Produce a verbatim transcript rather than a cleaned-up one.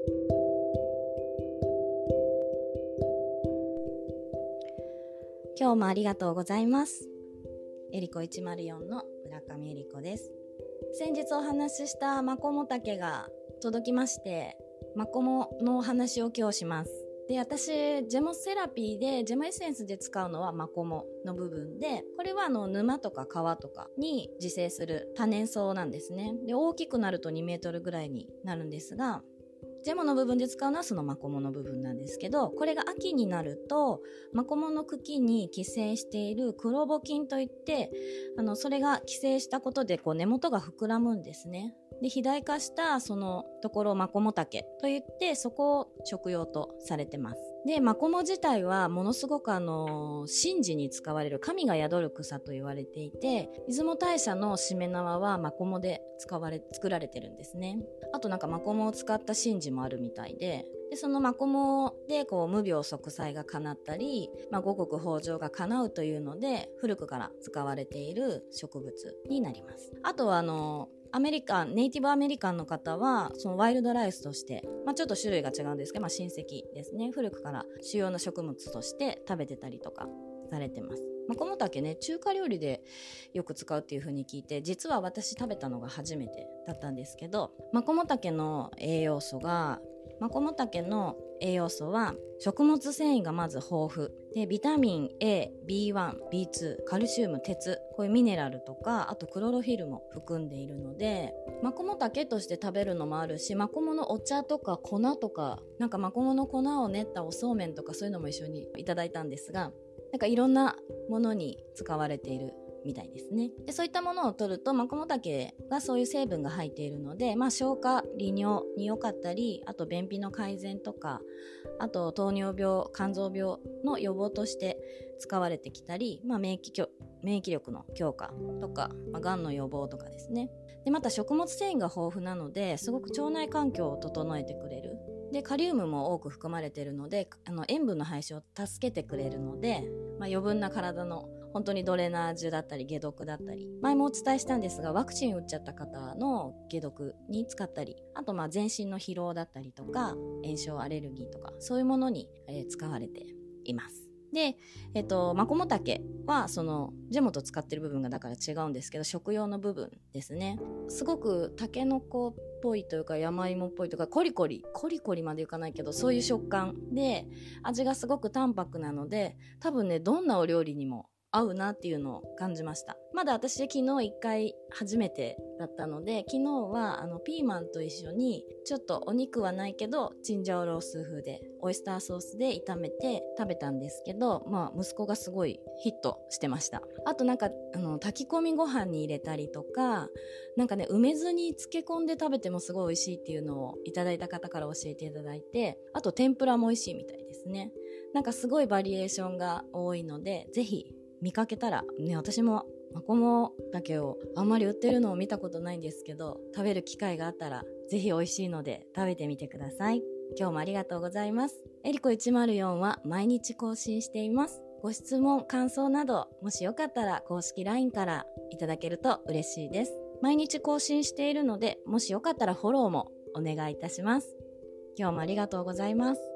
今日もありがとうございます。えりこいちまるよんの村上えりこです。先日お話ししたマコモタケが届きまして、マコモのお話を今日します。で、私ジェモセラピーでジェモエッセンスで使うのはマコモの部分で、これはあの沼とか川とかに自生する多年草なんですね。で、大きくなるとにメートルぐらいになるんですが、ジェモの部分で使うのはそのマコモの部分なんですけど、これが秋になるとマコモの茎に寄生しているクロボ菌といって、あのそれが寄生したことでこう根元が膨らむんですね。で、肥大化したそのところをマコモタケといって、そこを食用とされてます。で、マコモ自体はものすごくあの神事に使われる神が宿る草と言われていて、出雲大社のしめ縄はマコモで使われ作られてるんですね。あとなんかマコモを使った神事もあるみたいで、でそのマコモでこう無病息災が叶ったり、まあ、五穀豊穣が叶うというので古くから使われている植物になります。あとはあのアメリカンネイティブアメリカンの方はそのワイルドライスとして、まあ、ちょっと種類が違うんですけど、まあ、親戚ですね。古くから主要な食物として食べてたりとかされてます。マコモタケね、中華料理でよく使うっていう風に聞いて、実は私食べたのが初めてだったんですけど、マコモタケの栄養素がマコモタケの栄養素は食物繊維がまず豊富で、ビタミン A、ビーワン、ビーツー、カルシウム、鉄、こういうミネラルとか、あとクロロフィルも含んでいるので、マコモタケとして食べるのもあるし、マコモのお茶とか粉とか、なんかマコモの粉を練ったおそうめんとかそういうのも一緒にいただいたんですが、なんかいろんなものに使われているみたいですね。で、そういったものを取るとマコモタケがそういう成分が入っているので、まあ、消化利尿に良かったり、あと便秘の改善とか、あと糖尿病肝臓病の予防として使われてきたり、まあ、免疫免疫力の強化とか、まあ、がんの予防とかですね。で、また食物繊維が豊富なのですごく腸内環境を整えてくれる。で、カリウムも多く含まれているので、あの塩分の排出を助けてくれるので、まあ、余分な体の本当にドレナージュだったり解毒だったり、前もお伝えしたんですが、ワクチン打っちゃった方の解毒に使ったり、あとまあ全身の疲労だったりとか炎症アレルギーとかそういうものに、えー、使われています。で、えっと、マコモタケはそのジェモと使ってる部分がだから違うんですけど、食用の部分ですね。すごくタケノコっぽいというか山芋っぽいというか、コリコリコリコリまでいかないけど、そういう食感で味がすごく淡白なので、多分ね、どんなお料理にも合うなっていうのを感じました。まだ私昨日一回初めてだったので、昨日はあのピーマンと一緒にちょっとお肉はないけどチンジャオロース風でオイスターソースで炒めて食べたんですけど、まあ息子がすごいヒットしてました。あとなんかあの炊き込みご飯に入れたりとか、なんかね梅酢に漬け込んで食べてもすごい美味しいっていうのをいただいた方から教えていただいて、あと天ぷらも美味しいみたいですね。なんかすごいバリエーションが多いので、ぜひ見かけたらね、私もマコモタケをあんまり売ってるのを見たことないんですけど、食べる機会があったらぜひ美味しいので食べてみてください。今日もありがとうございます。えりこいちまるよんは毎日更新しています。ご質問感想などもしよかったら公式 ライン からいただけると嬉しいです。毎日更新しているので、もしよかったらフォローもお願いいたします。今日もありがとうございます。